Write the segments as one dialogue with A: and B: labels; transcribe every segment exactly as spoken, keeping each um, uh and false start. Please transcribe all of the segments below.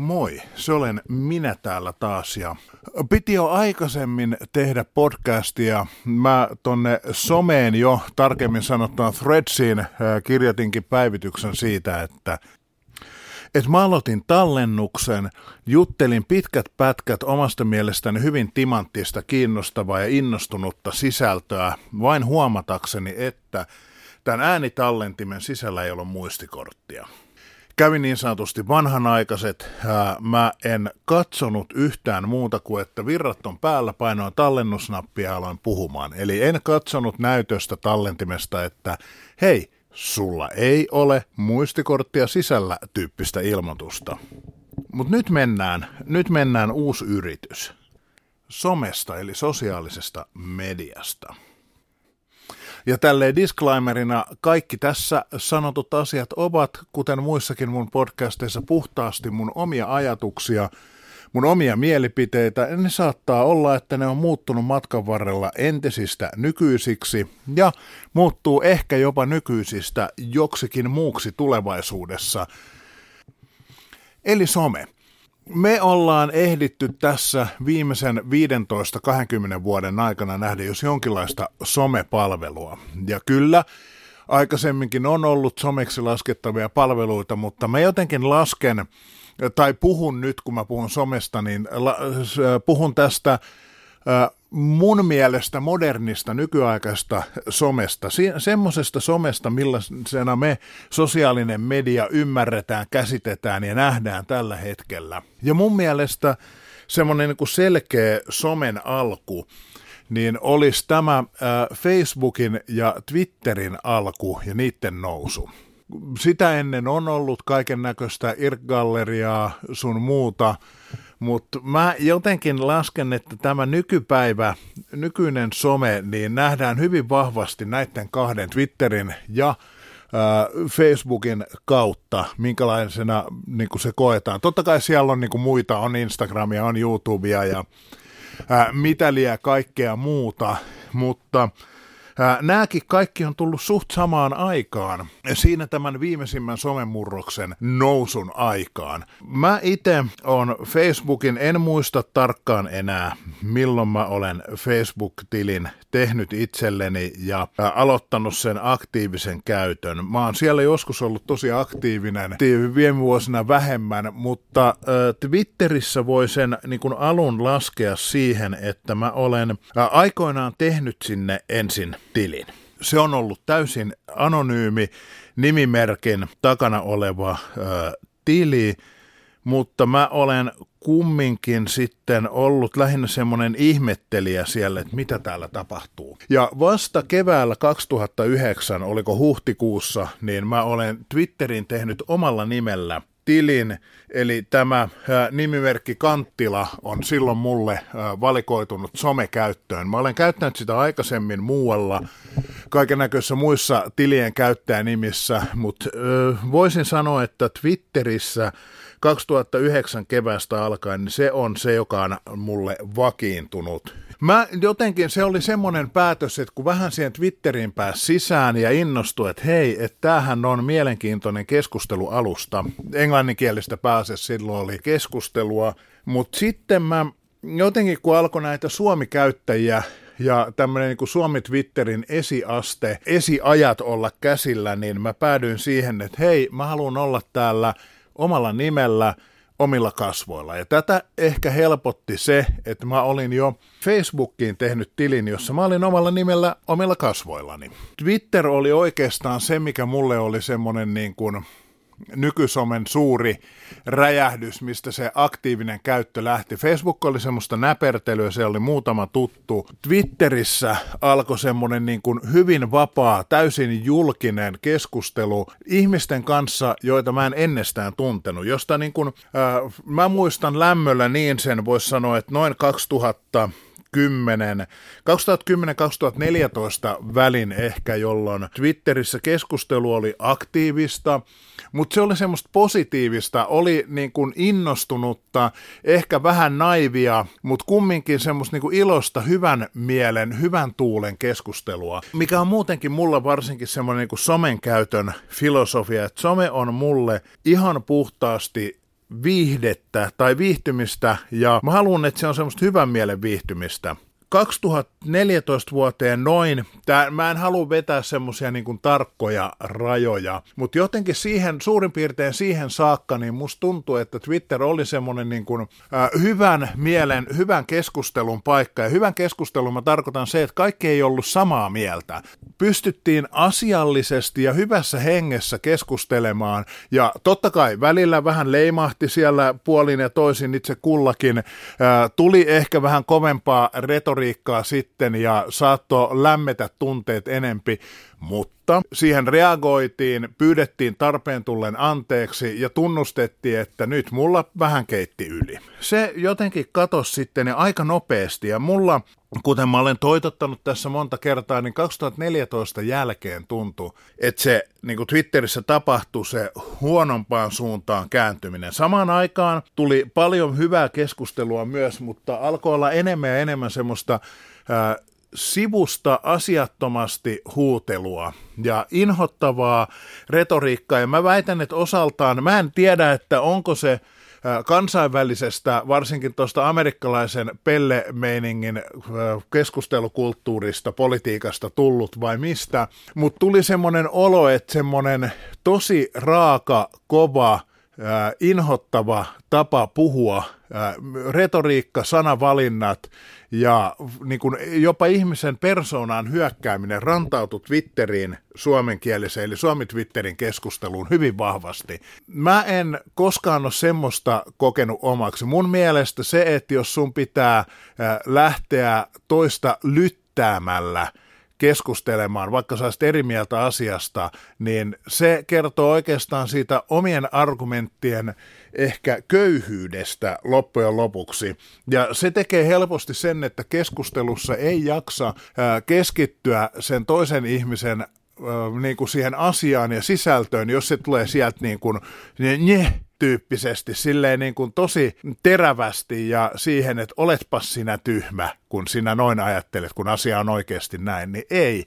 A: Moi, se olen minä täällä taas ja piti jo aikaisemmin tehdä podcastia. Mä tonne someen jo, tarkemmin sanottuna Threadsiin, kirjoitinkin päivityksen siitä, että Et mä aloitin tallennuksen, juttelin pitkät pätkät omasta mielestäni hyvin timanttista, kiinnostavaa ja innostunutta sisältöä, vain huomatakseni, että tämän äänitallentimen sisällä ei ole muistikorttia. Kävin niin sanotusti vanhanaikaiset, mä en katsonut yhtään muuta kuin, että virrat on päällä, painoin tallennusnappia ja aloin puhumaan. Eli en katsonut näytöstä tallentimesta, että hei, sulla ei ole muistikorttia sisällä tyyppistä ilmoitusta. Mutta nyt mennään, nyt mennään uusi yritys. Somesta eli sosiaalisesta mediasta. Ja tälleen disclaimerina kaikki tässä sanotut asiat ovat, kuten muissakin mun podcasteissa, puhtaasti mun omia ajatuksia, mun omia mielipiteitä. Ne saattaa olla, että ne on muuttunut matkan varrella entisistä nykyisiksi ja muuttuu ehkä jopa nykyisistä joksikin muuksi tulevaisuudessa. Eli some. Me ollaan ehditty tässä viimeisen viisitoista kaksikymmentä vuoden aikana nähdä jos jonkinlaista somepalvelua. Ja kyllä, aikaisemminkin on ollut someksi laskettavia palveluita, mutta mä jotenkin lasken, tai puhun nyt, kun mä puhun somesta, niin la, puhun tästä mun mielestä modernista, nykyaikaista somesta, semmoisesta somesta, millaisena me sosiaalinen media ymmärretään, käsitetään ja nähdään tällä hetkellä. Ja mun mielestä semmoinen niin kuin selkeä somen alku, niin olisi tämä äh, Facebookin ja Twitterin alku ja niiden nousu. Sitä ennen on ollut kaiken näköistä irk-galleriaa sun muuta, mutta mä jotenkin lasken, että tämä nykypäivä, nykyinen some, niin nähdään hyvin vahvasti näiden kahden, Twitterin ja äh, Facebookin kautta, minkälaisena niin kuin se koetaan. Totta kai siellä on niin kuin muita, on Instagramia, on YouTubea ja äh, mitä liian kaikkea muuta, mutta nämäkin kaikki on tullut suht samaan aikaan, siinä tämän viimeisimmän somemurroksen nousun aikaan. Mä itse on Facebookin, en muista tarkkaan enää, milloin mä olen Facebook-tilin tehnyt itselleni ja aloittanut sen aktiivisen käytön. Mä oon siellä joskus ollut tosi aktiivinen, viime vuosina vähemmän, mutta äh, Twitterissä voi sen niin kun alun laskea siihen, että mä olen äh, aikoinaan tehnyt sinne ensin tilin. Se on ollut täysin anonyymi nimimerkin takana oleva ö, tili, mutta mä olen kumminkin sitten ollut lähinnä semmoinen ihmettelijä siellä, että mitä täällä tapahtuu. Ja vasta keväällä kaksituhattayhdeksän, oliko huhtikuussa, niin mä olen Twitterin tehnyt omalla nimellä tilin, eli tämä ä, nimimerkki Kanttila on silloin mulle ä, valikoitunut somekäyttöön. Mä olen käyttänyt sitä aikaisemmin muualla, kaikennäköisissä muissa tilien käyttäjänimissä, mutta ö, voisin sanoa, että Twitterissä kaksituhattayhdeksän keväästä alkaen niin se on se, joka on mulle vakiintunut. Mä jotenkin, se oli semmoinen päätös, että kun vähän siihen Twitteriin pääsi sisään ja innostui, että hei, että tämähän on mielenkiintoinen keskustelualusta. Englanninkielistä pääasiassa silloin oli keskustelua, mutta sitten mä jotenkin kun alkoi näitä suomikäyttäjiä ja tämmöinen niin kuin Suomi-Twitterin esiaste, esiajat olla käsillä, niin mä päädyin siihen, että hei, mä haluan olla täällä omalla nimellä, omilla kasvoilla. Ja tätä ehkä helpotti se, että mä olin jo Facebookiin tehnyt tilin, jossa mä olin omalla nimellä, omilla kasvoillani. Twitter oli oikeastaan se, mikä mulle oli semmoinen niin kuin nykysomen suuri räjähdys, mistä se aktiivinen käyttö lähti. Facebook oli semmoista näpertelyä, se oli muutama tuttu. Twitterissä alkoi semmoinen niin kuin hyvin vapaa, täysin julkinen keskustelu ihmisten kanssa, joita mä en ennestään tuntenut. Josta niin kuin, äh, mä muistan lämmöllä niin sen, voisi sanoa, että noin kaksituhattakymmenen kaksituhattaneljätoista välin ehkä, jolloin Twitterissä keskustelu oli aktiivista, mutta se oli semmoista positiivista, oli niin kuin innostunutta, ehkä vähän naivia, mutta kumminkin semmoista niin kuin ilosta, hyvän mielen, hyvän tuulen keskustelua, mikä on muutenkin mulla varsinkin semmoinen niin kuin somen käytön filosofia, että some on mulle ihan puhtaasti viihdettä tai viihtymistä, ja mä haluan, että se on semmoista hyvän mielen viihtymistä. kaksituhattaneljätoista vuoteen noin, tää, mä en halua vetää semmoisia niin kuin tarkkoja rajoja, mutta jotenkin siihen, suurin piirtein siihen saakka, niin musta tuntuu, että Twitter oli semmoinen niin kuin, äh, hyvän mielen, hyvän keskustelun paikka, ja hyvän keskustelun mä tarkoitan se, että kaikki ei ollut samaa mieltä. Pystyttiin asiallisesti ja hyvässä hengessä keskustelemaan, ja totta kai välillä vähän leimahti siellä puolin ja toisin itse kullakin, äh, tuli ehkä vähän kovempaa retoriikkaa, sitten ja saattoi lämmetä tunteet enempi, mutta siihen reagoitiin, pyydettiin tarpeen tullen anteeksi ja tunnustettiin, että nyt mulla vähän keitti yli. Se jotenkin katosi sitten ja aika nopeasti, ja mulla, kuten mä olen toitottanut tässä monta kertaa, niin kaksituhattaneljätoista jälkeen tuntui, että se niin kuin Twitterissä tapahtui se huonompaan suuntaan kääntyminen. Samaan aikaan tuli paljon hyvää keskustelua myös, mutta alkoi olla enemmän ja enemmän semmoista ää, sivusta asiattomasti huutelua ja inhottavaa retoriikkaa, ja mä väitän, että osaltaan, mä en tiedä, että onko se kansainvälisestä, varsinkin tuosta amerikkalaisen pellemeiningin keskustelukulttuurista, politiikasta tullut vai mistä, mutta tuli semmoinen olo, että semmoinen tosi raaka, kova, Äh, inhottava tapa puhua, äh, retoriikka, sanavalinnat ja niin kuin jopa ihmisen persoonaan hyökkääminen rantautui Twitteriin suomenkieliseen, eli Suomi-Twitterin keskusteluun hyvin vahvasti. Mä en koskaan ole semmoista kokenut omaksi. Mun mielestä se, että jos sun pitää äh, lähteä toista lyttäämällä keskustelemaan, vaikka sä olisit eri mieltä asiasta, niin se kertoo oikeastaan siitä omien argumenttien ehkä köyhyydestä loppujen lopuksi. Ja se tekee helposti sen, että keskustelussa ei jaksa keskittyä sen toisen ihmisen niin kuin siihen asiaan ja sisältöön, jos se tulee sieltä niin kuin nye tyyppisesti, silleen niin kuin tosi terävästi ja siihen, että oletpas sinä tyhmä, kun sinä noin ajattelet, kun asia on oikeasti näin, niin ei.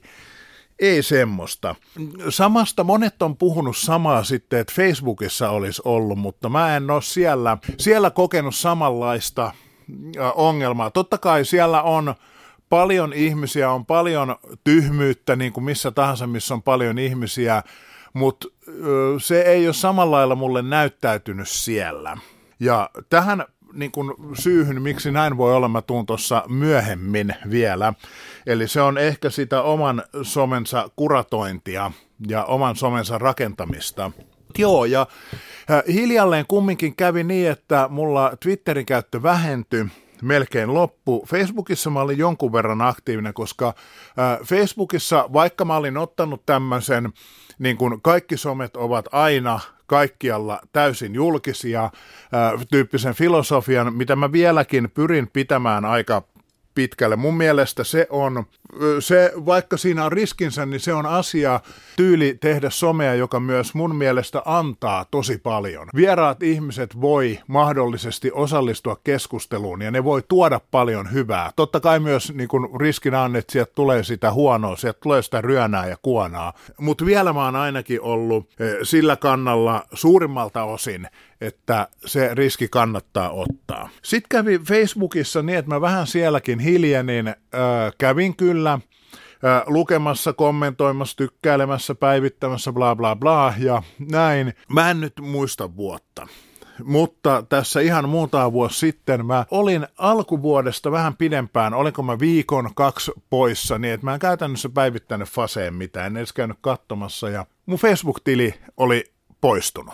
A: Ei semmoista. Samasta monet on puhunut samaa sitten, että Facebookissa olisi ollut, mutta mä en ole siellä, siellä kokenut samanlaista ongelmaa. Totta kai siellä on paljon ihmisiä, on paljon tyhmyyttä, niin kuin missä tahansa, missä on paljon ihmisiä, mutta se ei ole samalla lailla mulle näyttäytynyt siellä. Ja tähän niin kun syyhyn, miksi näin voi olla, mä tuun tuossa myöhemmin vielä. Eli se on ehkä sitä oman somensa kuratointia ja oman somensa rakentamista. Joo, ja hiljalleen kumminkin kävi niin, että mulla Twitterin käyttö vähentyi, melkein loppu. Facebookissa mä olin jonkun verran aktiivinen, koska Facebookissa, vaikka mä olin ottanut tämmöisen, niin kuin kaikki somet ovat aina kaikkialla täysin julkisia, tyyppisen filosofian, mitä mä vieläkin pyrin pitämään aika pitkälle. Mun mielestä se on, se, vaikka siinä on riskinsä, niin se on asia, tyyli tehdä somea, joka myös mun mielestä antaa tosi paljon. Vieraat ihmiset voi mahdollisesti osallistua keskusteluun ja ne voi tuoda paljon hyvää. Totta kai myös niin kun riskinä on, että sieltä tulee sitä huonoa, sieltä tulee sitä ryönää ja kuonaa. Mutta vielä mä oon ainakin ollut sillä kannalla suurimmalta osin, että se riski kannattaa ottaa. Sitten kävi Facebookissa niin, että mä vähän sielläkin hiljenin, äh, kävin kyllä äh, lukemassa, kommentoimassa, tykkäilemässä, päivittämässä, bla bla bla ja näin. Mä en nyt muista vuotta. Mutta tässä ihan muutama vuosi sitten mä olin alkuvuodesta vähän pidempään, olinko mä viikon, kaksi poissa, niin että mä en käytännössä päivittänyt faseen mitään, en edes käynyt katsomassa ja mun Facebook-tili oli poistunut.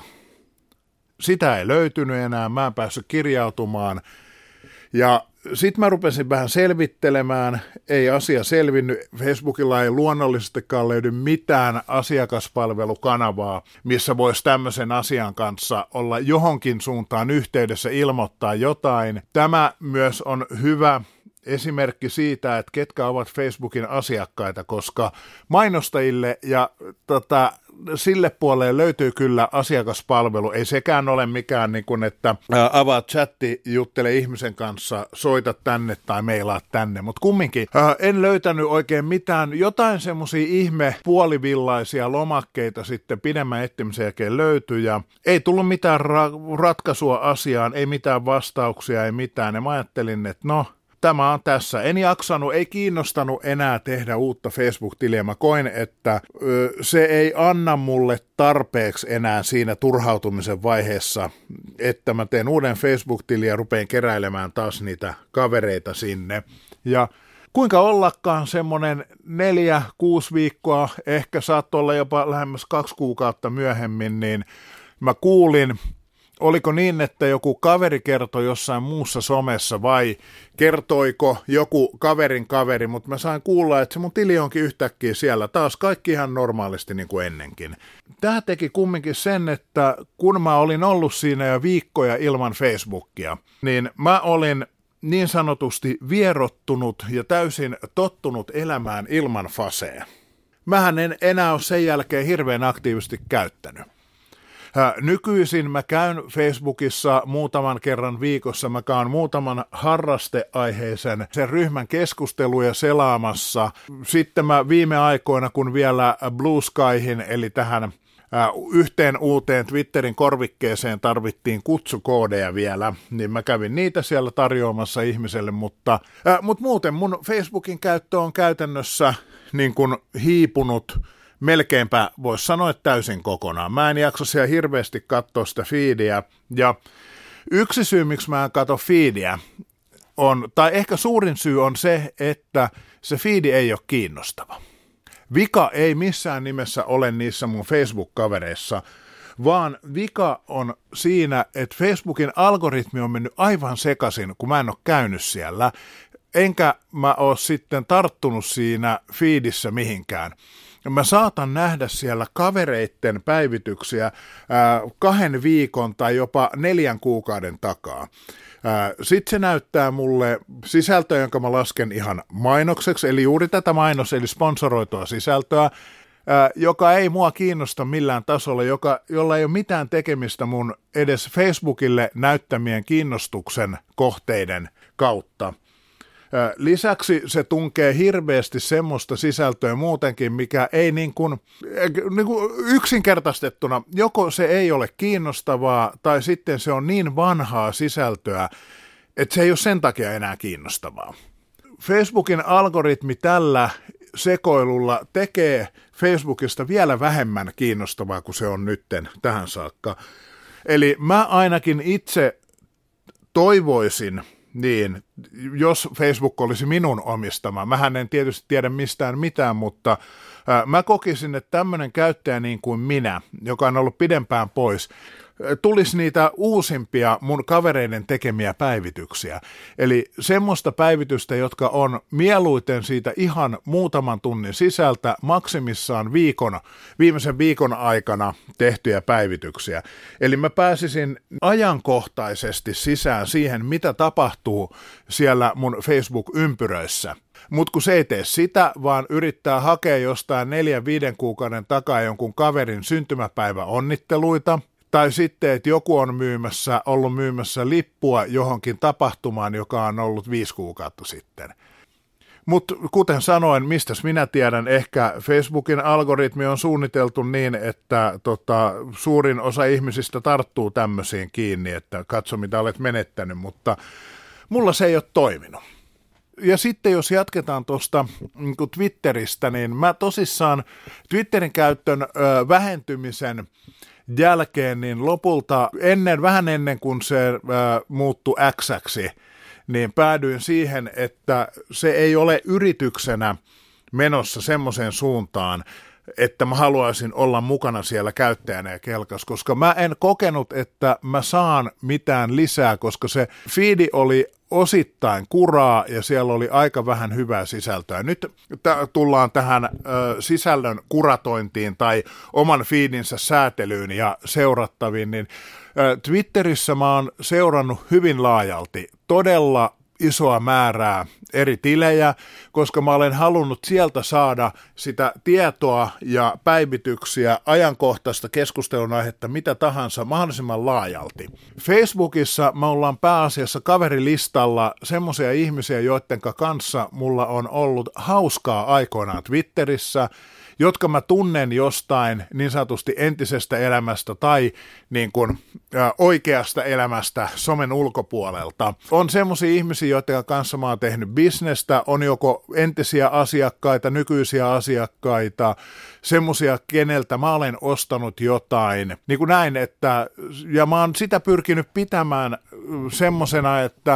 A: Sitä ei löytynyt enää, mä en päässyt kirjautumaan ja sitten mä rupesin vähän selvittelemään, ei asia selvinnyt, Facebookilla ei luonnollisestikaan löydy mitään asiakaspalvelukanavaa, missä voisi tämmöisen asian kanssa olla johonkin suuntaan yhteydessä, ilmoittaa jotain. Tämä myös on hyvä esimerkki siitä, että ketkä ovat Facebookin asiakkaita, koska mainostajille ja tota, sille puolelle löytyy kyllä asiakaspalvelu. Ei sekään ole mikään, niin kuin, että avaa chatti, juttele ihmisen kanssa, soita tänne tai meilaa tänne. Mutta kumminkin ää, en löytänyt oikein mitään. Jotain semmoisia ihme puolivillaisia lomakkeita sitten pidemmän etsimisen jälkeen löytyi. Ja ei tullut mitään ra- ratkaisua asiaan, ei mitään vastauksia, ei mitään. Ja mä ajattelin, että no, tämä on tässä. En jaksanut, ei kiinnostanut enää tehdä uutta Facebook-tiliä. Mä koin, että ö, se ei anna mulle tarpeeksi enää siinä turhautumisen vaiheessa, että mä teen uuden Facebook-tiliä ja rupean keräilemään taas niitä kavereita sinne. Ja kuinka ollakaan semmoinen neljä, kuusi viikkoa, ehkä saattoi olla jopa lähemmäs kaksi kuukautta myöhemmin, niin mä kuulin, oliko niin, että joku kaveri kertoi jossain muussa somessa vai kertoiko joku kaverin kaveri, mutta mä sain kuulla, että se mun tili onkin yhtäkkiä siellä taas kaikki ihan normaalisti niin kuin ennenkin. Tämä teki kumminkin sen, että kun mä olin ollut siinä jo viikkoja ilman Facebookia, niin mä olin niin sanotusti vierottunut ja täysin tottunut elämään ilman fasea. Mähän en enää ole sen jälkeen hirveän aktiivisesti käyttänyt. Nykyisin mä käyn Facebookissa muutaman kerran viikossa, mä käyn muutaman harrasteaiheisen sen ryhmän keskusteluja selaamassa. Sitten mä viime aikoina, kun vielä Blue Skyhin, eli tähän yhteen uuteen Twitterin korvikkeeseen tarvittiin kutsukoodeja vielä, niin mä kävin niitä siellä tarjoamassa ihmiselle, mutta, äh, mutta muuten mun Facebookin käyttö on käytännössä niin kuin hiipunut melkeinpä, voisi sanoa, että täysin kokonaan. Mä en jaksa siellä hirveästi katsoa sitä feediä, ja yksi syy, miksi mä en katso feediä, on, tai ehkä suurin syy on se, että se feedi ei ole kiinnostava. Vika ei missään nimessä ole niissä mun Facebook-kavereissa, vaan vika on siinä, että Facebookin algoritmi on mennyt aivan sekaisin, kun mä en ole käynyt siellä, enkä mä ole sitten tarttunut siinä feedissä mihinkään. Mä saatan nähdä siellä kavereitten päivityksiä ää, kahden viikon tai jopa neljän kuukauden takaa. Sitten se näyttää mulle sisältöä, jonka mä lasken ihan mainokseksi, eli juuri tätä mainos, eli sponsoroitua sisältöä, joka ei mua kiinnosta millään tasolla, joka, jolla ei ole mitään tekemistä mun edes Facebookille näyttämien kiinnostuksen kohteiden kautta. Lisäksi se tunkee hirveästi semmoista sisältöä muutenkin, mikä ei niin kuin, niin kuin yksinkertaistettuna, joko se ei ole kiinnostavaa tai sitten se on niin vanhaa sisältöä, että se ei ole sen takia enää kiinnostavaa. Facebookin algoritmi tällä sekoilulla tekee Facebookista vielä vähemmän kiinnostavaa kuin se on nytten tähän saakka. Eli mä ainakin itse toivoisin, niin, jos Facebook olisi minun omistama, mähän en tietysti tiedä mistään mitään, mutta ää, mä kokisin, että tämmöinen käyttäjä niin kuin minä, joka on ollut pidempään pois, tulisi niitä uusimpia mun kavereiden tekemiä päivityksiä. Eli semmoista päivitystä, jotka on mieluiten siitä ihan muutaman tunnin sisältä, maksimissaan viikon, viimeisen viikon aikana tehtyjä päivityksiä. Eli mä pääsisin ajankohtaisesti sisään siihen, mitä tapahtuu siellä mun Facebook-ympyröissä. Mutta kun se ei tee sitä, vaan yrittää hakea jostain neljän viiden kuukauden takaa jonkun kaverin syntymäpäivä onnitteluita, tai sitten, että joku on myymässä, ollut myymässä lippua johonkin tapahtumaan, joka on ollut viisi kuukautta sitten. Mutta kuten sanoin, mistäs minä tiedän, ehkä Facebookin algoritmi on suunniteltu niin, että tota, suurin osa ihmisistä tarttuu tämmöisiin kiinni, että katso mitä olet menettänyt, mutta mulla se ei ole toiminut. Ja sitten jos jatketaan tuosta niin kuin Twitteristä, niin mä tosissaan Twitterin käyttön ö, vähentymisen jälkeen, niin lopulta ennen, vähän ennen kuin se ää, muuttui X:ksi, niin päädyin siihen, että se ei ole yrityksenä menossa semmoiseen suuntaan, että mä haluaisin olla mukana siellä käyttäjänä ja kelkas, koska mä en kokenut, että mä saan mitään lisää, koska se feedi oli osittain kuraa ja siellä oli aika vähän hyvää sisältöä. Nyt t- tullaan tähän ö, sisällön kuratointiin tai oman feedinsä säätelyyn ja seurattaviin, niin ö, Twitterissä mä oon seurannut hyvin laajalti todella isoa määrää eri tilejä, koska mä olen halunnut sieltä saada sitä tietoa ja päivityksiä, ajankohtaista keskustelun aihetta, mitä tahansa mahdollisimman laajalti. Facebookissa me ollaan pääasiassa kaverilistalla semmoisia ihmisiä, joiden kanssa mulla on ollut hauskaa aikoinaan Twitterissä, jotka mä tunnen jostain niin sanotusti entisestä elämästä tai niin kuin, ä, oikeasta elämästä somen ulkopuolelta. On semmoisia ihmisiä, joiden kanssa mä oon tehnyt bisnestä, on joko entisiä asiakkaita, nykyisiä asiakkaita, semmoisia, keneltä mä olen ostanut jotain. Niin kuin näin, että, ja mä oon sitä pyrkinyt pitämään semmosena, että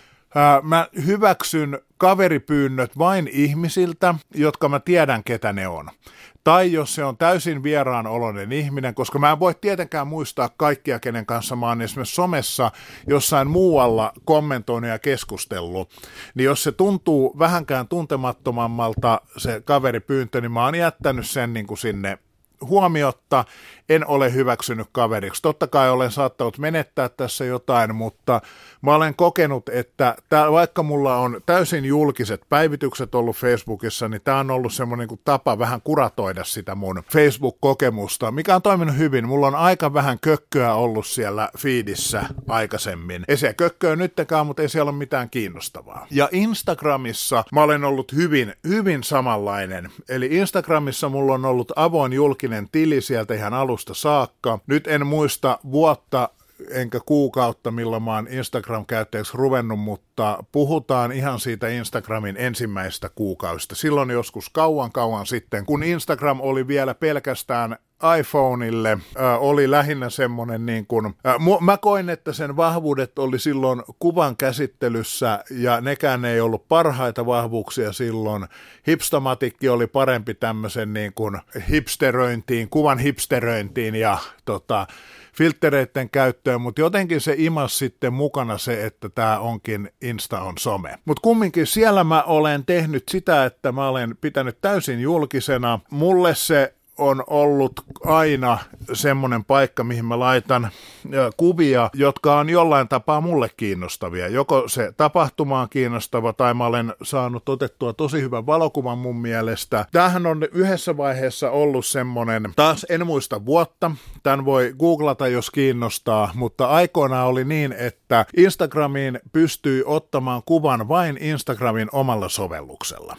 A: ä, mä hyväksyn kaveripyynnöt vain ihmisiltä, jotka mä tiedän, ketä ne on. Tai jos se on täysin vieraanoloinen ihminen, koska mä en voi tietenkään muistaa kaikkia, kenen kanssa mä oon esimerkiksi somessa jossain muualla kommentoinut ja keskustellut, niin jos se tuntuu vähänkään tuntemattomammalta se kaveripyyntö, niin mä oon jättänyt sen niin kuin sinne huomiotta, en ole hyväksynyt kaveriksi. Totta kai olen saattanut menettää tässä jotain, mutta mä olen kokenut, että tää, vaikka mulla on täysin julkiset päivitykset ollut Facebookissa, niin tämä on ollut semmoinen niin tapa vähän kuratoida sitä mun Facebook-kokemusta, mikä on toiminut hyvin. Mulla on aika vähän kökköä ollut siellä feedissä aikaisemmin. Ei siellä kökköä nyttekään, mutta ei siellä ole mitään kiinnostavaa. Ja Instagramissa mä olen ollut hyvin, hyvin samanlainen. Eli Instagramissa mulla on ollut avoin julkinen tili sieltä ihan alusta saakka. Nyt en muista vuotta enkä kuukautta, milloin mä oon Instagram-käyttäjäksi ruvennut, mutta puhutaan ihan siitä Instagramin ensimmäistä kuukausista. Silloin joskus kauan kauan sitten, kun Instagram oli vielä pelkästään iPhoneille, äh, oli lähinnä semmoinen niin kuin, äh, mu- mä koin, että sen vahvuudet oli silloin kuvan käsittelyssä ja nekään ei ollut parhaita vahvuuksia silloin. Hipstamatikki oli parempi tämmöisen niin kuin hipsteröintiin, kuvan hipsteröintiin ja tota, filttereiden käyttöön, mutta jotenkin se imas sitten mukana se, että tämä onkin Insta on some. Mutta kumminkin siellä mä olen tehnyt sitä, että mä olen pitänyt täysin julkisena. Mulle se on ollut aina semmoinen paikka, mihin mä laitan kuvia, jotka on jollain tapaa mulle kiinnostavia. Joko se tapahtuma on kiinnostava tai mä olen saanut otettua tosi hyvän valokuvan mun mielestä. Tämähän on yhdessä vaiheessa ollut semmoinen, taas en muista vuotta, tämän voi googlata jos kiinnostaa, mutta aikoinaan oli niin, että Instagramiin pystyi ottamaan kuvan vain Instagramin omalla sovelluksella.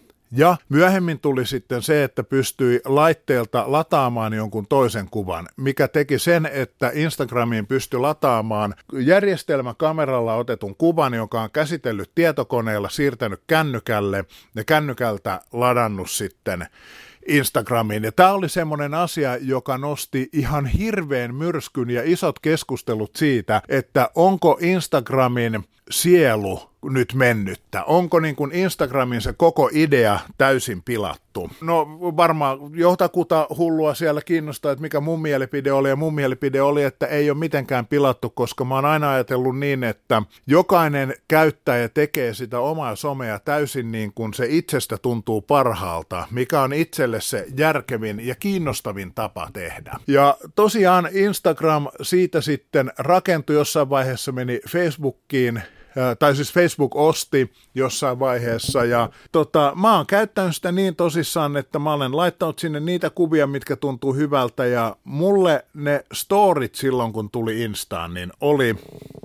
A: Ja myöhemmin tuli sitten se, että pystyi laitteelta lataamaan jonkun toisen kuvan, mikä teki sen, että Instagramiin pystyi lataamaan järjestelmäkameralla otetun kuvan, joka on käsitellyt tietokoneella, siirtänyt kännykälle ja kännykältä ladannut sitten Instagramiin. Ja tämä oli semmoinen asia, joka nosti ihan hirveän myrskyn ja isot keskustelut siitä, että onko Instagramin sielu nyt mennyttä? Onko niin kuin Instagramin se koko idea täysin pilattu? No varmaan johtakuta hullua siellä kiinnostaa, että mikä mun mielipide oli, ja mun mielipide oli, että ei ole mitenkään pilattu, koska mä oon aina ajatellut niin, että jokainen käyttäjä tekee sitä omaa somea täysin niin kuin se itsestä tuntuu parhaalta, mikä on itselle se järkevin ja kiinnostavin tapa tehdä. Ja tosiaan Instagram siitä sitten rakentui jossain vaiheessa, meni Facebookiin, tai siis Facebook osti jossain vaiheessa, ja tota, mä oon käyttänyt sitä niin tosissaan, että mä olen laittanut sinne niitä kuvia, mitkä tuntuu hyvältä, ja mulle ne storit silloin, kun tuli Instaan, niin oli...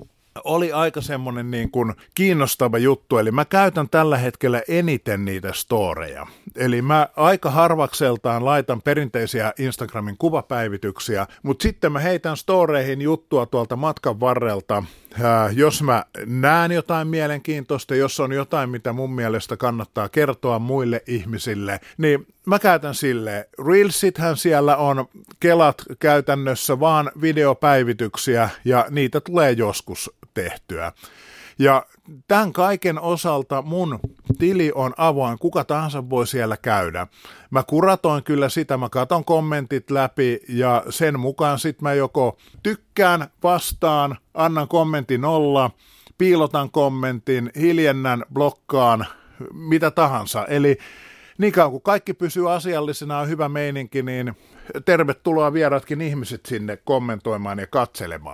A: oli aika semmoinen niin kuin kiinnostava juttu, eli mä käytän tällä hetkellä eniten niitä storeja. Eli mä aika harvakseltaan laitan perinteisiä Instagramin kuvapäivityksiä, mutta sitten mä heitän storeihin juttua tuolta matkan varrelta. Äh, jos mä näen jotain mielenkiintoista, jos on jotain, mitä mun mielestä kannattaa kertoa muille ihmisille, niin mä käytän silleen. Reelsithän siellä on kelat käytännössä vaan videopäivityksiä ja niitä tulee joskus tehtyä. Ja tämän kaiken osalta mun tili on avoin, kuka tahansa voi siellä käydä. Mä kuratoin kyllä sitä, mä katon kommentit läpi ja sen mukaan sit mä joko tykkään, vastaan, annan kommentin olla, piilotan kommentin, hiljennän, blokkaan, mitä tahansa. Eli niin kauan kun kaikki pysyy asiallisena ja hyvä meininki, niin tervetuloa vieraatkin ihmiset sinne kommentoimaan ja katselemaan.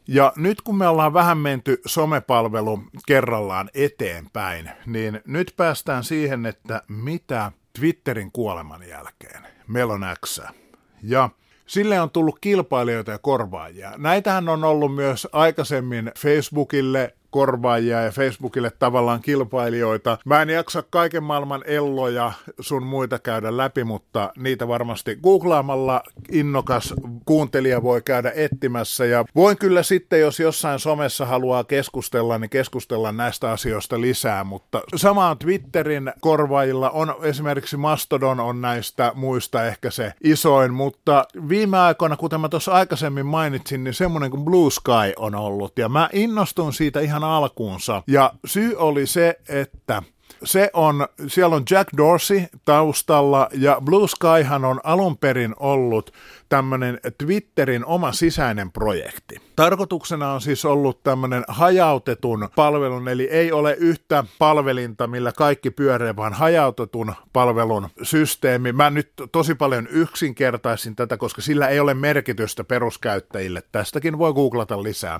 A: Ja nyt kun me ollaan vähän menty somepalvelu kerrallaan eteenpäin, niin nyt päästään siihen, että mitä Twitterin kuoleman jälkeen. Meillä on X. Ja sille on tullut kilpailijoita ja korvaajia. Näitähän on ollut myös aikaisemmin Facebookille korvaajia ja Facebookille tavallaan kilpailijoita. Mä en jaksa kaiken maailman elloja sun muita käydä läpi, mutta niitä varmasti googlaamalla innokas kuuntelija voi käydä etsimässä. Ja voin kyllä sitten, jos jossain somessa haluaa keskustella, niin keskustella näistä asioista lisää, mutta sama on Twitterin korvaajilla, on esimerkiksi Mastodon on näistä muista ehkä se isoin, mutta viime aikoina, kuten mä tuossa aikaisemmin mainitsin, niin semmoinen kuin Blue Sky on ollut, ja mä innostun siitä ihan alkuunsa. Ja syy oli se, että se on, siellä on Jack Dorsey taustalla, ja Blue Skyhan on alun perin ollut tämmöinen Twitterin oma sisäinen projekti. Tarkoituksena on siis ollut tämmöinen hajautetun palvelun, eli ei ole yhtä palvelinta, millä kaikki pyörii, vaan hajautetun palvelun systeemi. Mä nyt tosi paljon yksinkertaisin tätä, koska sillä ei ole merkitystä peruskäyttäjille. Tästäkin voi googlata lisää.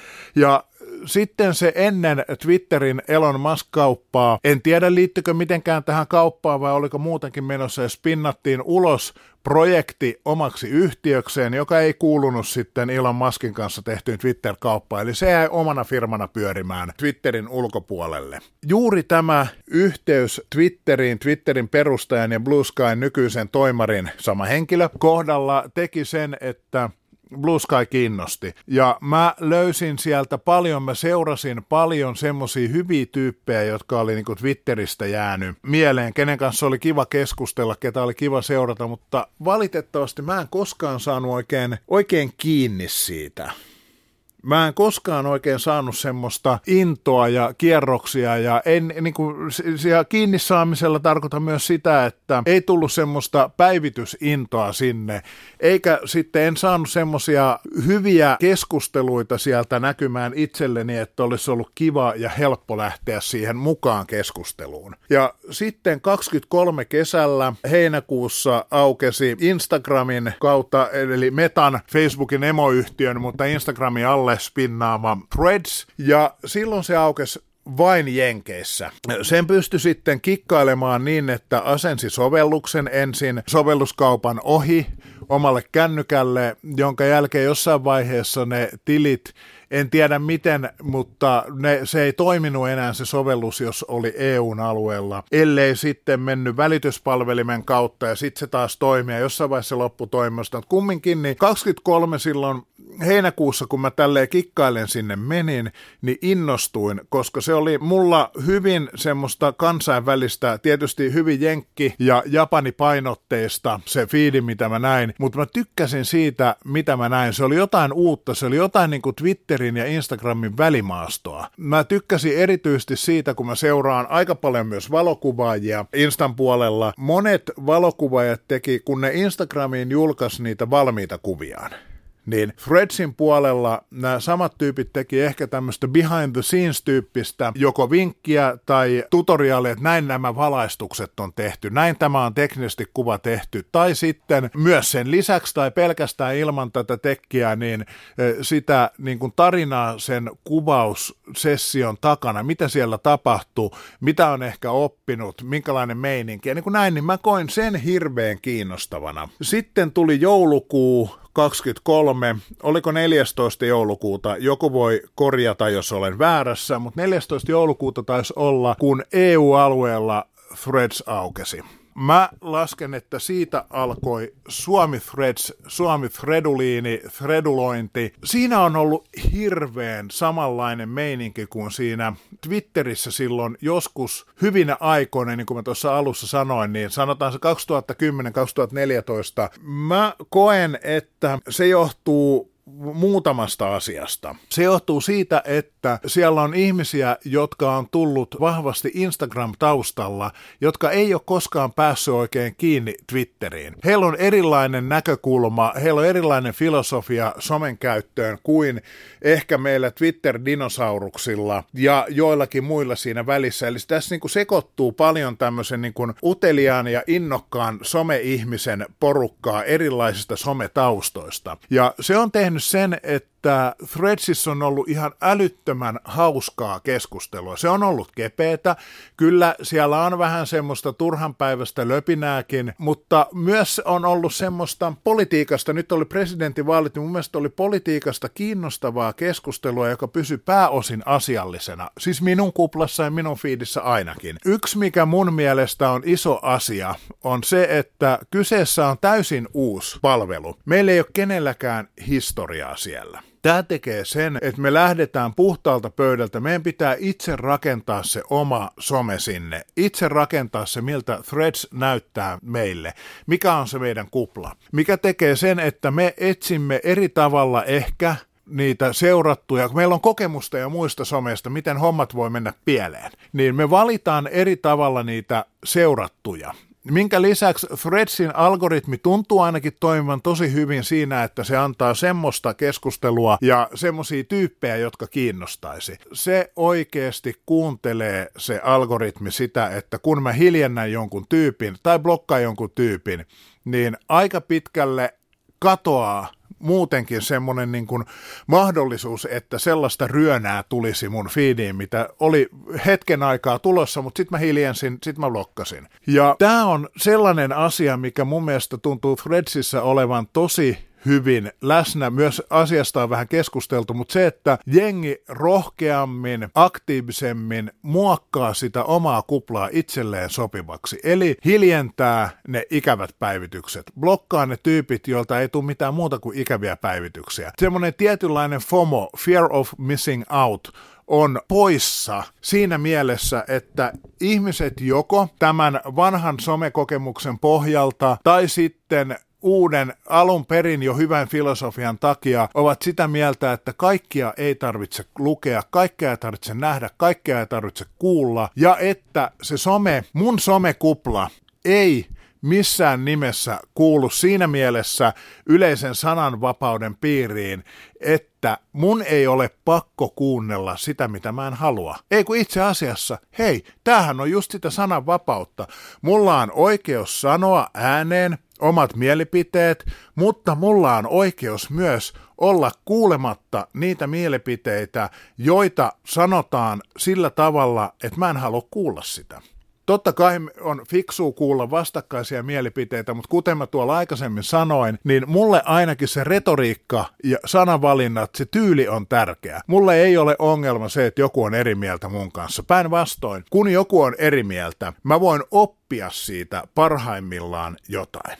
A: Ja sitten se ennen Twitterin Elon Musk-kauppaa, en tiedä liittyykö mitenkään tähän kauppaan vai oliko muutenkin menossa, ja spinnattiin ulos projekti omaksi yhtiökseen, joka ei kuulunut sitten Elon Muskin kanssa tehtyyn Twitter-kauppaan, eli se jäi omana firmana pyörimään Twitterin ulkopuolelle. Juuri tämä yhteys Twitteriin, Twitterin perustajan ja Blue Skyn nykyisen toimarin, sama henkilö, kohdalla teki sen, että Blue Sky kiinnosti. Ja mä löysin sieltä paljon, mä seurasin paljon semmosia hyviä tyyppejä, jotka oli niinku Twitteristä jäänyt mieleen, kenen kanssa oli kiva keskustella, ketä oli kiva seurata, mutta valitettavasti mä en koskaan saanut oikein, oikein kiinni siitä. Mä en koskaan oikein saanut semmoista intoa ja kierroksia, ja en, niin kuin, ja kiinni saamisella tarkoitan myös sitä, että ei tullut semmoista päivitysintoa sinne, eikä sitten en saanut semmoisia hyviä keskusteluita sieltä näkymään itselleni, että olisi ollut kiva ja helppo lähteä siihen mukaan keskusteluun. Ja sitten kaksikymmentäkolme kesällä heinäkuussa aukesi Instagramin kautta, eli Metan, Facebookin emoyhtiön, mutta Instagramin alle spinnaama Threads, ja silloin se aukesi vain Jenkeissä. Sen pystyi sitten kikkailemaan niin, että asensi sovelluksen ensin sovelluskaupan ohi omalle kännykälle, jonka jälkeen jossain vaiheessa ne tilit, en tiedä miten, mutta ne, se ei toiminut enää se sovellus, jos oli E U:n alueella, ellei sitten mennyt välityspalvelimen kautta, ja sitten se taas toimii, ja jossain vaiheessa lopputoimista. Kumminkin niin kaksikymmentäkolme silloin heinäkuussa, kun mä tälleen kikkailen sinne menin, niin innostuin, koska se oli mulla hyvin semmoista kansainvälistä, tietysti hyvin jenkki- ja japanipainotteista se fiidi, mitä mä näin, mutta mä tykkäsin siitä, mitä mä näin. Se oli jotain uutta, se oli jotain niin kuin Twitterin ja Instagramin välimaastoa. Mä tykkäsin erityisesti siitä, kun mä seuraan aika paljon myös valokuvaajia Instan puolella. Monet valokuvaajat teki, kun ne Instagramiin julkaisi niitä valmiita kuviaan, niin Threadsin puolella nämä samat tyypit teki ehkä tämmöistä behind the scenes-tyyppistä, joko vinkkiä tai tutoriaalia, että näin nämä valaistukset on tehty, näin tämä on teknisesti kuva tehty, tai sitten myös sen lisäksi tai pelkästään ilman tätä tekkiä, niin sitä niin kuin tarinaa sen kuvaussession takana, mitä siellä tapahtuu, mitä on ehkä oppinut, minkälainen meininki, ja niin kuin näin, niin mä koin sen hirveän kiinnostavana. Sitten tuli joulukuu kaksikymmentäkolme, oliko neljästoista joulukuuta, joku voi korjata, jos olen väärässä, mutta neljästoista joulukuuta taisi olla, kun E U-alueella Threads aukesi. Mä lasken, että siitä alkoi Suomi Threads, Suomi Threduliini, thredulointi. Siinä on ollut hirveän samanlainen meininki kuin siinä Twitterissä silloin joskus hyvinä aikoina, niin kuin mä tuossa alussa sanoin, niin sanotaan se kaksituhattakymmenen kaksituhattaneljätoista. Mä koen, että se johtuu muutamasta asiasta. Se johtuu siitä, että siellä on ihmisiä, jotka on tullut vahvasti Instagram-taustalla, jotka ei ole koskaan päässyt oikein kiinni Twitteriin. Heillä on erilainen näkökulma, heillä on erilainen filosofia somen käyttöön kuin ehkä meillä Twitter-dinosauruksilla ja joillakin muilla siinä välissä. Eli tässä niin kuin sekoittuu paljon tämmöisen niin kuin uteliaan ja innokkaan some-ihmisen porukkaa erilaisista sometaustoista. Ja se on tehnyt sen, että että Threadsissa on ollut ihan älyttömän hauskaa keskustelua. Se on ollut kepeätä, kyllä siellä on vähän semmoista turhanpäiväistä löpinääkin, mutta myös on ollut semmoista politiikasta, nyt oli presidentinvaalit, niin mun mielestä oli politiikasta kiinnostavaa keskustelua, joka pysyi pääosin asiallisena, siis minun kuplassa ja minun fiidissä ainakin. Yksi, mikä mun mielestä on iso asia, on se, että kyseessä on täysin uusi palvelu. Meillä ei ole kenelläkään historiaa siellä. Tämä tekee sen, että me lähdetään puhtaalta pöydältä. Meidän pitää itse rakentaa se oma some sinne. Itse rakentaa se, miltä Threads näyttää meille. Mikä on se meidän kupla. Mikä tekee sen, että me etsimme eri tavalla ehkä niitä seurattuja. Meillä on kokemusta ja muista someista, miten hommat voi mennä pieleen. Niin me valitaan eri tavalla niitä seurattuja. Minkä lisäksi Threadsin algoritmi tuntuu ainakin toimivan tosi hyvin siinä, että se antaa semmoista keskustelua ja semmoisia tyyppejä, jotka kiinnostaisi. Se oikeasti kuuntelee se algoritmi sitä, että kun mä hiljennän jonkun tyypin tai blokkaan jonkun tyypin, niin aika pitkälle katoaa muutenkin semmoinen niin kuin mahdollisuus, että sellaista ryönää tulisi mun feediin, mitä oli hetken aikaa tulossa, mutta sitten mä hiljensin, sitten mä blokkasin. Ja tämä on sellainen asia, mikä mun mielestä tuntuu Threadsissa olevan tosi hyvin läsnä. Myös asiasta on vähän keskusteltu, mutta se, että jengi rohkeammin, aktiivisemmin muokkaa sitä omaa kuplaa itselleen sopivaksi. Eli hiljentää ne ikävät päivitykset. Blokkaa ne tyypit, joilta ei tule mitään muuta kuin ikäviä päivityksiä. Semmoinen tietynlainen FOMO, fear of missing out, on poissa siinä mielessä, että ihmiset joko tämän vanhan somekokemuksen pohjalta tai sitten uuden alun perin jo hyvän filosofian takia ovat sitä mieltä, että kaikkia ei tarvitse lukea, kaikkea ei tarvitse nähdä, kaikkea ei tarvitse kuulla, ja että se some, mun somekupla ei missään nimessä kuulu siinä mielessä yleisen sananvapauden piiriin, että mun ei ole pakko kuunnella sitä, mitä mä en halua. Ei kun itse asiassa, hei, tämähän on just sitä sananvapautta. Mulla on oikeus sanoa ääneen omat mielipiteet, mutta mulla on oikeus myös olla kuulematta niitä mielipiteitä, joita sanotaan sillä tavalla, että mä en halua kuulla sitä. Totta kai on fiksua kuulla vastakkaisia mielipiteitä, mutta kuten mä tuolla aikaisemmin sanoin, niin mulle ainakin se retoriikka ja sanavalinnat, se tyyli on tärkeä. Mulle ei ole ongelma se, että joku on eri mieltä mun kanssa. Päinvastoin, kun joku on eri mieltä, mä voin oppia siitä parhaimmillaan jotain.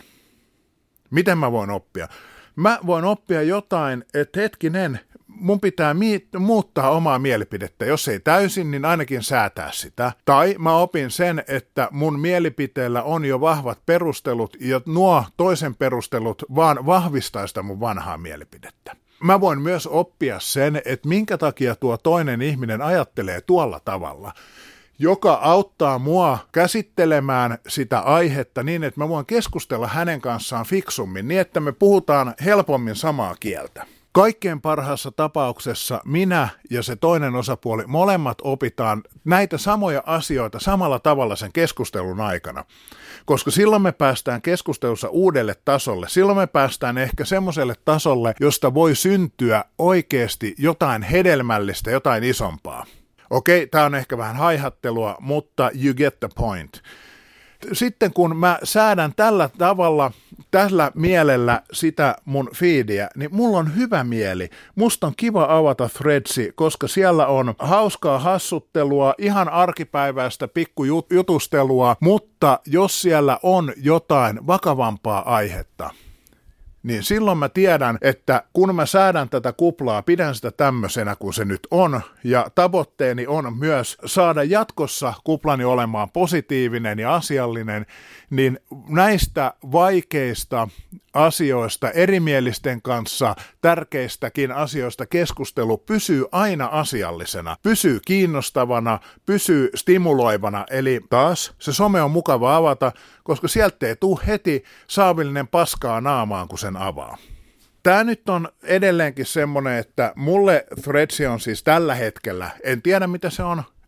A: Miten mä voin oppia? Mä voin oppia jotain, että hetkinen, mun pitää mi- muuttaa omaa mielipidettä. Jos ei täysin, niin ainakin säätää sitä. Tai mä opin sen, että mun mielipiteellä on jo vahvat perustelut, ja nuo toisen perustelut vaan vahvistaa sitä mun vanhaa mielipidettä. Mä voin myös oppia sen, että minkä takia tuo toinen ihminen ajattelee tuolla tavalla, joka auttaa mua käsittelemään sitä aihetta niin, että mä voin keskustella hänen kanssaan fiksummin, niin että me puhutaan helpommin samaa kieltä. Kaikkein parhaassa tapauksessa minä ja se toinen osapuoli molemmat opitaan näitä samoja asioita samalla tavalla sen keskustelun aikana, koska silloin me päästään keskustelussa uudelle tasolle, silloin me päästään ehkä semmoiselle tasolle, josta voi syntyä oikeasti jotain hedelmällistä, jotain isompaa. Okei, tämä on ehkä vähän haihattelua, mutta you get the point. Sitten kun mä säädän tällä tavalla, tällä mielellä sitä mun feediä, niin mulla on hyvä mieli. Musta on kiva avata Threadsi, koska siellä on hauskaa hassuttelua, ihan arkipäiväistä pikkujutustelua, mutta jos siellä on jotain vakavampaa aihetta, niin silloin mä tiedän, että kun mä säädän tätä kuplaa, pidän sitä tämmöisenä kuin se nyt on, ja tavoitteeni on myös saada jatkossa kuplani olemaan positiivinen ja asiallinen, niin näistä vaikeista asioista, erimielisten kanssa, tärkeistäkin asioista keskustelu pysyy aina asiallisena, pysyy kiinnostavana, pysyy stimuloivana, eli taas se some on mukava avata, koska sieltä ei tule heti saavillinen paskaa naamaan, kun sen avaa. Tämä nyt on edelleenkin semmoinen, että mulle Threads on siis tällä hetkellä, en tiedä mitä se on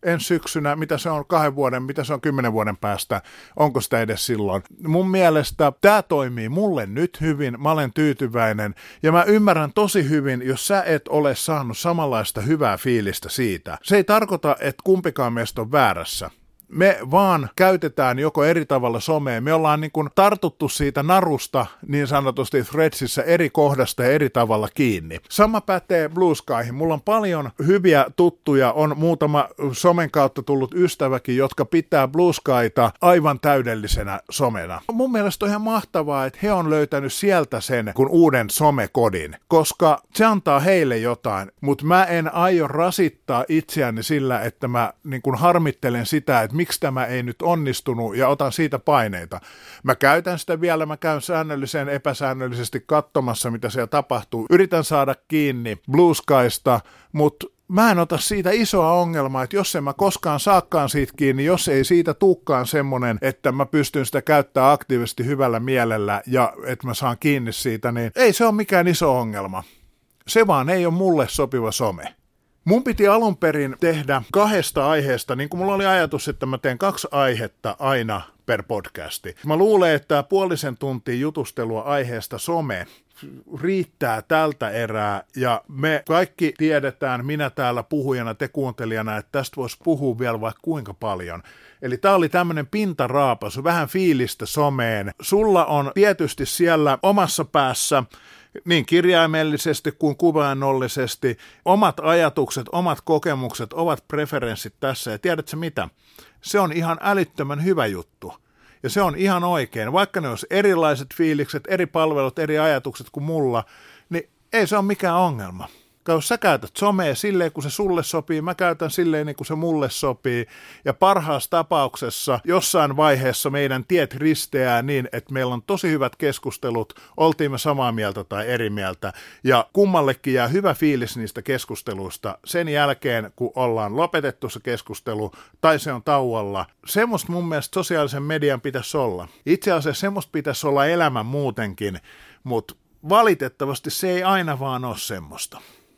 A: ensi syksynä, mitä se on kahden vuoden, mitä se on kymmenen vuoden päästä, onko sitä edes silloin. Mun mielestä tämä toimii mulle nyt hyvin, mä olen tyytyväinen ja mä ymmärrän tosi hyvin, jos sä et ole saanut samanlaista hyvää fiilistä siitä. Se ei tarkoita, että kumpikaan meistä on väärässä. Me vaan käytetään joko eri tavalla somea. Me ollaan niin kuin tartuttu siitä narusta niin sanotusti Threadsissä eri kohdasta ja eri tavalla kiinni. Sama pätee Blue Skyhin. Mulla on paljon hyviä tuttuja, on muutama somen kautta tullut ystäväkin, jotka pitää Blue Skyta aivan täydellisenä somena. Mun mielestä on ihan mahtavaa, että he on löytänyt sieltä sen kun uuden somekodin, koska se antaa heille jotain, mutta mä en aio rasittaa itseäni sillä, että mä niin kuin harmittelen sitä, että miksi tämä ei nyt onnistunut ja otan siitä paineita. Mä käytän sitä vielä, mä käyn säännöllisen epäsäännöllisesti katsomassa, mitä siellä tapahtuu. Yritän saada kiinni Blue Skysta, mutta mä en ota siitä isoa ongelmaa, että jos en mä koskaan saakaan siitä kiinni, jos ei siitä tulekaan semmoinen, että mä pystyn sitä käyttämään aktiivisesti hyvällä mielellä ja että mä saan kiinni siitä, niin ei se ole mikään iso ongelma. Se vaan ei ole mulle sopiva some. Mun piti alun perin tehdä kahdesta aiheesta, niin kuin mulla oli ajatus, että mä teen kaksi aihetta aina per podcasti. Mä luulen, että puolisen tuntia jutustelua aiheesta some riittää tältä erää, ja me kaikki tiedetään, minä täällä puhujana, te kuuntelijana, että tästä voisi puhua vielä vaikka kuinka paljon. Eli tää oli tämmönen pintaraapasu, vähän fiilistä someen. Sulla on tietysti siellä omassa päässä niin kirjaimellisesti kuin kuvainnollisesti omat ajatukset, omat kokemukset, ovat preferenssit tässä. Ja tiedätkö mitä? Se on ihan älyttömän hyvä juttu. Ja se on ihan oikein. Vaikka ne olisi erilaiset fiilikset, eri palvelut, eri ajatukset kuin mulla, niin ei se ole mikään ongelma. Jos sä käytät somea silleen, kun se sulle sopii, mä käytän silleen, niin kuin se mulle sopii. Ja parhaassa tapauksessa jossain vaiheessa meidän tiet risteää niin, että meillä on tosi hyvät keskustelut, oltiin me samaa mieltä tai eri mieltä. Ja kummallekin jää hyvä fiilis niistä keskusteluista sen jälkeen, kun ollaan lopetettu se keskustelu tai se on tauolla. Semmoista mun mielestä sosiaalisen median pitäisi olla. Itse asiassa semmoista pitäisi olla elämä muutenkin, mutta valitettavasti se ei aina vaan ole semmoista.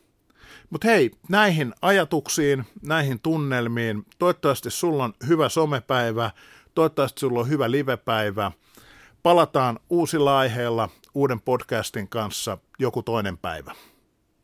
A: Mutta hei, näihin ajatuksiin, näihin tunnelmiin, toivottavasti sulla on hyvä somepäivä, toivottavasti sulla on hyvä livepäivä. Palataan uusilla aiheilla uuden podcastin kanssa joku toinen päivä.